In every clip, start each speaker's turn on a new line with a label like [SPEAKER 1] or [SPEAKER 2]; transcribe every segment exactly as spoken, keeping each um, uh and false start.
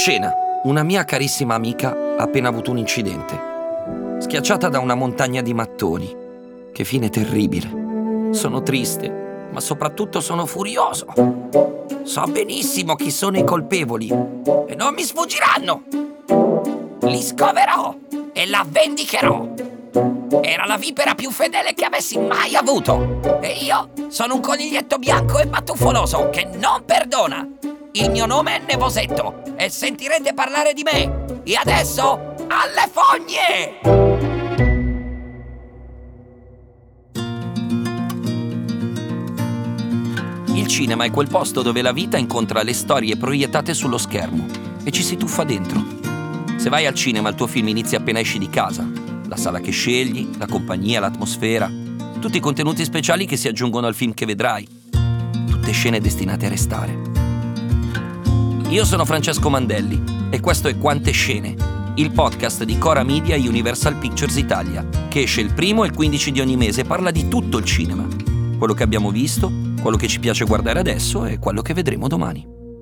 [SPEAKER 1] Scena: una mia carissima amica ha appena avuto un incidente. Schiacciata da una montagna di mattoni. Che fine terribile. Sono triste, ma soprattutto sono furioso. So benissimo chi sono i colpevoli e non mi sfuggiranno. Li scoverò e la vendicherò. Era la vipera più fedele che avessi mai avuto. E io sono un coniglietto bianco e batuffoloso che non perdona. Il mio nome è Nevosetto e sentirete parlare di me. E adesso, alle fogne! Il cinema è quel posto dove la vita incontra le storie proiettate sullo schermo e ci si tuffa dentro. Se vai al cinema, il tuo film inizia appena esci di casa. La sala che scegli, la compagnia, l'atmosfera, tutti i contenuti speciali che si aggiungono al film che vedrai. Tutte scene destinate a restare. Io sono Francesco Mandelli e questo è Quante Scene, il podcast di Cora Media e Universal Pictures Italia, che esce il primo e il quindici di ogni mese e parla di tutto il cinema. Quello che abbiamo visto, quello che ci piace guardare adesso e quello che vedremo domani.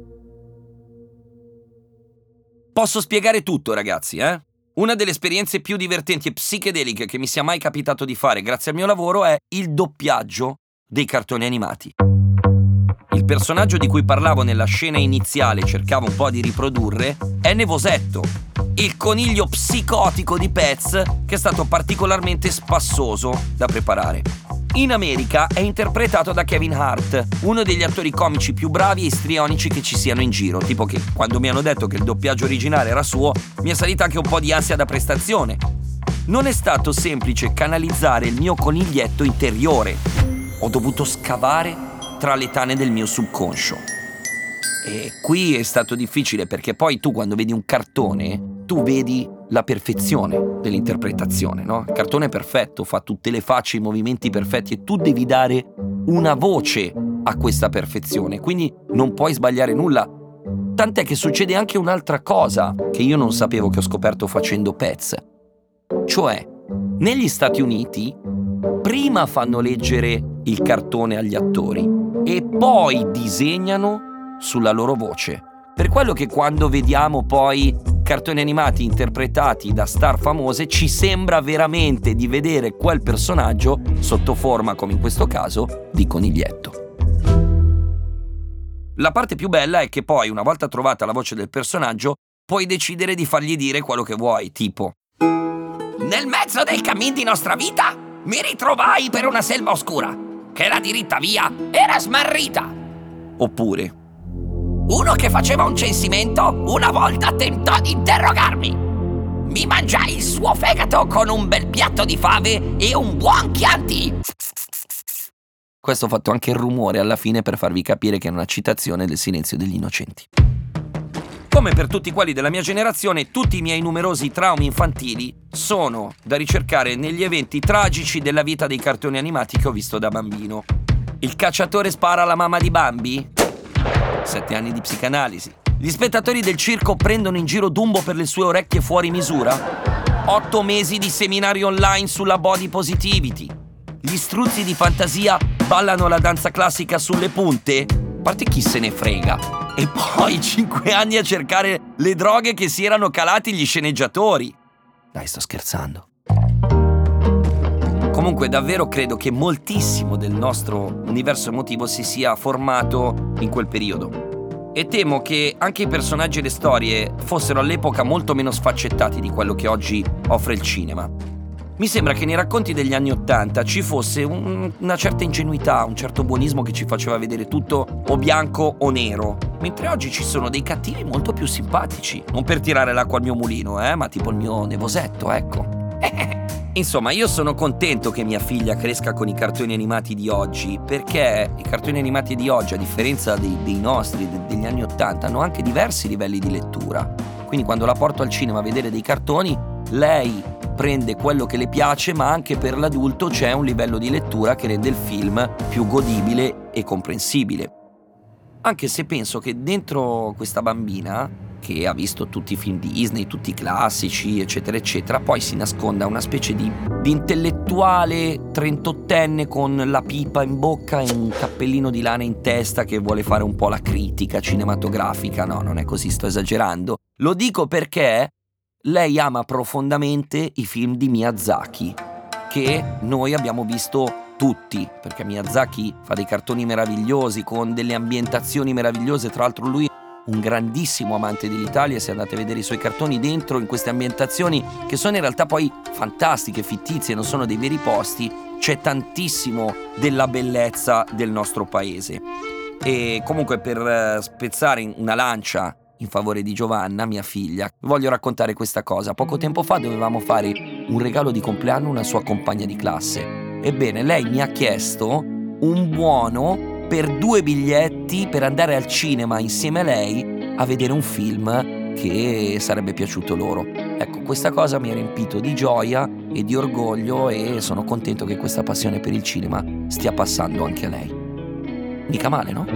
[SPEAKER 1] Posso spiegare tutto, ragazzi, eh? Una delle esperienze più divertenti e psichedeliche che mi sia mai capitato di fare grazie al mio lavoro è il doppiaggio dei cartoni animati. Il personaggio di cui parlavo nella scena iniziale e cercavo un po' di riprodurre è Nevosetto, il coniglio psicotico di Pets che è stato particolarmente spassoso da preparare. In America è interpretato da Kevin Hart, uno degli attori comici più bravi e istrionici che ci siano in giro, tipo che quando mi hanno detto che il doppiaggio originale era suo, mi è salita anche un po' di ansia da prestazione. Non è stato semplice canalizzare il mio coniglietto interiore. Ho dovuto scavare tra le tane del mio subconscio. E qui è stato difficile perché poi tu quando vedi un cartone, tu vedi la perfezione dell'interpretazione, no? Il cartone è perfetto, fa tutte le facce, i movimenti perfetti e tu devi dare una voce a questa perfezione, quindi non puoi sbagliare nulla. Tant'è che succede anche un'altra cosa che io non sapevo, che ho scoperto facendo Pets. Cioè, negli Stati Uniti prima fanno leggere il cartone agli attori e poi disegnano sulla loro voce. Per quello che quando vediamo poi cartoni animati interpretati da star famose ci sembra veramente di vedere quel personaggio sotto forma, come in questo caso, di coniglietto. La parte più bella è che poi, una volta trovata la voce del personaggio, puoi decidere di fargli dire quello che vuoi, tipo: nel mezzo del cammin di nostra vita mi ritrovai per una selva oscura, che la diritta via era smarrita. Oppure: uno che faceva un censimento una volta tentò di interrogarmi. Mi mangiai il suo fegato con un bel piatto di fave e un buon Chianti. Questo ho fatto anche il rumore alla fine per farvi capire che è una citazione del Silenzio degli Innocenti. Come per tutti quelli della mia generazione, tutti i miei numerosi traumi infantili sono da ricercare negli eventi tragici della vita dei cartoni animati che ho visto da bambino. Il cacciatore spara alla mamma di Bambi? Sette anni di psicanalisi. Gli spettatori del circo prendono in giro Dumbo per le sue orecchie fuori misura? Otto mesi di seminari online sulla body positivity. Gli struzzi di fantasia ballano la danza classica sulle punte? A parte chi se ne frega. E poi cinque anni a cercare le droghe che si erano calati gli sceneggiatori. Dai, sto scherzando. Comunque davvero credo che moltissimo del nostro universo emotivo si sia formato in quel periodo. E temo che anche i personaggi e le storie fossero all'epoca molto meno sfaccettati di quello che oggi offre il cinema. Mi sembra che nei racconti degli anni Ottanta ci fosse un, una certa ingenuità, un certo buonismo che ci faceva vedere tutto o bianco o nero, mentre oggi ci sono dei cattivi molto più simpatici. Non per tirare l'acqua al mio mulino, eh, ma tipo il mio Nevosetto, ecco. Insomma, io sono contento che mia figlia cresca con i cartoni animati di oggi, perché i cartoni animati di oggi, a differenza dei, dei nostri, de, degli anni Ottanta, hanno anche diversi livelli di lettura. Quindi quando la porto al cinema a vedere dei cartoni, lei prende quello che le piace, ma anche per l'adulto c'è un livello di lettura che rende il film più godibile e comprensibile. Anche se penso che dentro questa bambina, che ha visto tutti i film Disney, tutti i classici, eccetera, eccetera, poi si nasconda una specie di, di intellettuale trentottenne con la pipa in bocca e un cappellino di lana in testa che vuole fare un po' la critica cinematografica. No, non è così, sto esagerando. Lo dico perché lei ama profondamente i film di Miyazaki, che noi abbiamo visto tutti, perché Miyazaki fa dei cartoni meravigliosi con delle ambientazioni meravigliose. Tra l'altro lui un grandissimo amante dell'Italia, se andate a vedere i suoi cartoni, dentro in queste ambientazioni che sono in realtà poi fantastiche, fittizie, non sono dei veri posti, c'è tantissimo della bellezza del nostro paese. E comunque, per spezzare una lancia in favore di Giovanna, mia figlia, voglio raccontare questa cosa. Poco tempo fa dovevamo fare un regalo di compleanno a una sua compagna di classe. Ebbene, lei mi ha chiesto un buono per due biglietti per andare al cinema insieme a lei a vedere un film che sarebbe piaciuto loro. Ecco, questa cosa mi ha riempito di gioia e di orgoglio e sono contento che questa passione per il cinema stia passando anche a lei. Mica male, no?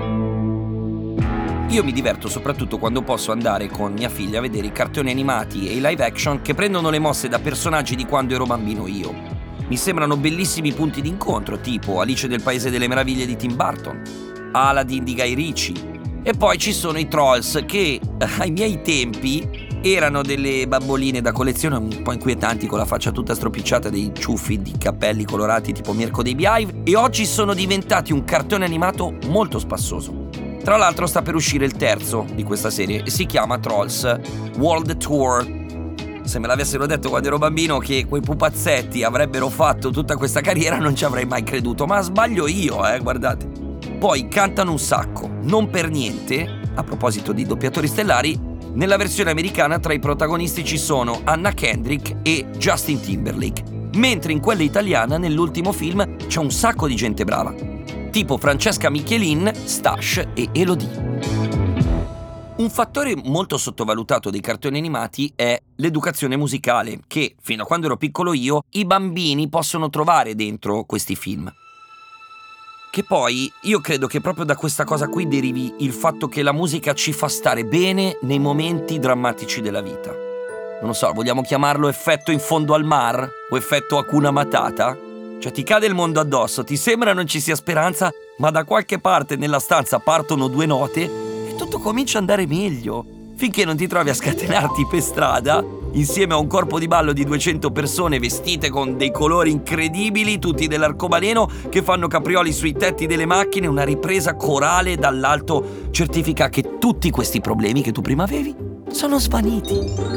[SPEAKER 1] Io mi diverto soprattutto quando posso andare con mia figlia a vedere i cartoni animati e i live action che prendono le mosse da personaggi di quando ero bambino io. Mi sembrano bellissimi punti d'incontro, tipo Alice nel Paese delle Meraviglie di Tim Burton, Aladdin di Guy Ritchie. E poi ci sono i Trolls che, ai miei tempi, erano delle bamboline da collezione un po' inquietanti con la faccia tutta stropicciata, dei ciuffi di capelli colorati tipo Mirko dei Beehive, e oggi sono diventati un cartone animato molto spassoso. Tra l'altro sta per uscire il terzo di questa serie e si chiama Trolls World Tour. Se me l'avessero detto quando ero bambino che quei pupazzetti avrebbero fatto tutta questa carriera non ci avrei mai creduto, ma sbaglio io, eh, guardate. Poi cantano un sacco, non per niente, a proposito di doppiatori stellari, nella versione americana tra i protagonisti ci sono Anna Kendrick e Justin Timberlake, mentre in quella italiana nell'ultimo film c'è un sacco di gente brava, tipo Francesca Michelin, Stash e Elodie. Un fattore molto sottovalutato dei cartoni animati è l'educazione musicale, che, fino a quando ero piccolo io, i bambini possono trovare dentro questi film. Che poi, io credo che proprio da questa cosa qui derivi il fatto che la musica ci fa stare bene nei momenti drammatici della vita. Non lo so, vogliamo chiamarlo effetto in fondo al mar? O effetto Hakuna Matata? Cioè ti cade il mondo addosso, ti sembra non ci sia speranza, ma da qualche parte nella stanza partono due note tutto comincia ad andare meglio, finché non ti trovi a scatenarti per strada insieme a un corpo di ballo di duecento persone vestite con dei colori incredibili, tutti dell'arcobaleno, che fanno caprioli sui tetti delle macchine. Una ripresa corale dall'alto certifica che tutti questi problemi che tu prima avevi sono svaniti.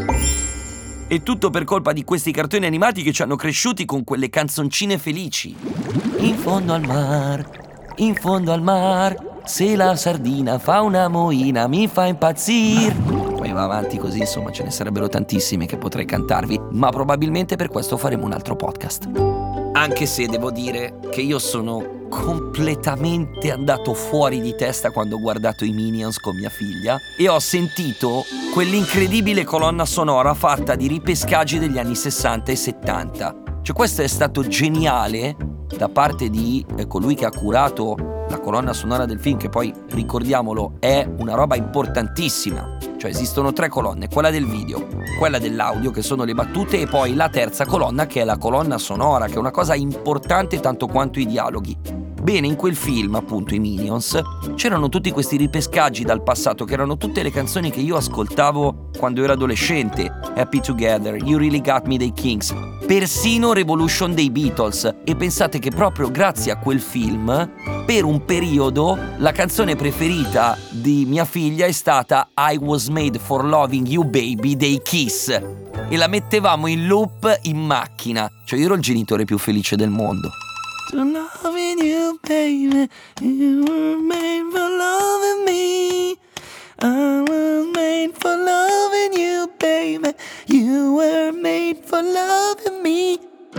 [SPEAKER 1] E tutto per colpa di questi cartoni animati che ci hanno cresciuti con quelle canzoncine felici. In fondo al mar, in fondo al mar, se la sardina fa una moina mi fa impazzire. Poi va avanti così, insomma, ce ne sarebbero tantissime che potrei cantarvi, ma probabilmente per questo faremo un altro podcast. Anche se devo dire che io sono completamente andato fuori di testa quando ho guardato i Minions con mia figlia e ho sentito quell'incredibile colonna sonora fatta di ripescaggi degli anni sessanta e settanta. Cioè, questo è stato geniale da parte di eh, colui che ha curato la colonna sonora del film, che poi, ricordiamolo, è una roba importantissima. Cioè esistono tre colonne, quella del video, quella dell'audio che sono le battute e poi la terza colonna che è la colonna sonora, che è una cosa importante tanto quanto i dialoghi. Bene, in quel film, appunto, i Minions, c'erano tutti questi ripescaggi dal passato che erano tutte le canzoni che io ascoltavo quando ero adolescente. Happy Together, You Really Got Me dei Kings, persino Revolution dei Beatles. E pensate che proprio grazie a quel film, per un periodo, la canzone preferita di mia figlia è stata I Was Made for Loving You Baby dei Kiss. E la mettevamo in loop in macchina. Cioè io ero il genitore più felice del mondo. To loving you, baby, you were made for loving me. I was made for loving you, baby, you were made for loving me.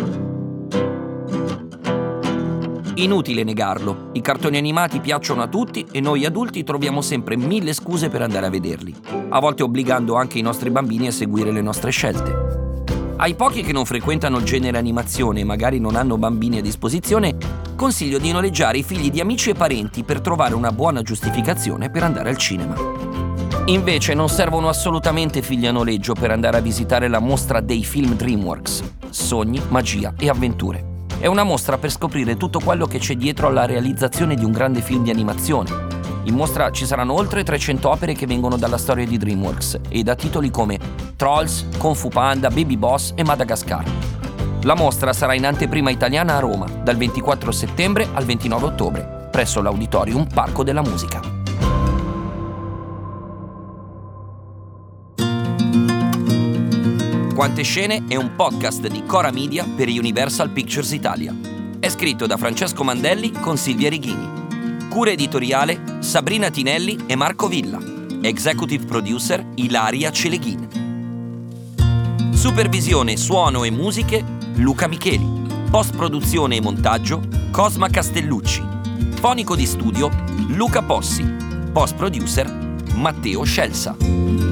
[SPEAKER 1] Inutile negarlo, i cartoni animati piacciono a tutti e noi adulti troviamo sempre mille scuse per andare a vederli, a volte obbligando anche i nostri bambini a seguire le nostre scelte. Ai pochi che non frequentano il genere animazione e magari non hanno bambini a disposizione, consiglio di noleggiare i figli di amici e parenti per trovare una buona giustificazione per andare al cinema. Invece non servono assolutamente figli a noleggio per andare a visitare la mostra dei film DreamWorks. Sogni, magia e avventure. È una mostra per scoprire tutto quello che c'è dietro alla realizzazione di un grande film di animazione. In mostra ci saranno oltre trecento opere che vengono dalla storia di DreamWorks e da titoli come Trolls, Kung Fu Panda, Baby Boss e Madagascar. La mostra sarà in anteprima italiana a Roma, dal ventiquattro settembre al ventinove ottobre, presso l'Auditorium Parco della Musica. Quante Scene è un podcast di Cora Media per Universal Pictures Italia. È scritto da Francesco Mandelli con Silvia Righini. Cura editoriale Sabrina Tinelli e Marco Villa. Executive producer Ilaria Celeghin. Supervisione, suono e musiche Luca Micheli. Post-produzione e montaggio Cosma Castellucci. Fonico di studio Luca Possi. Post-producer Matteo Scelsa.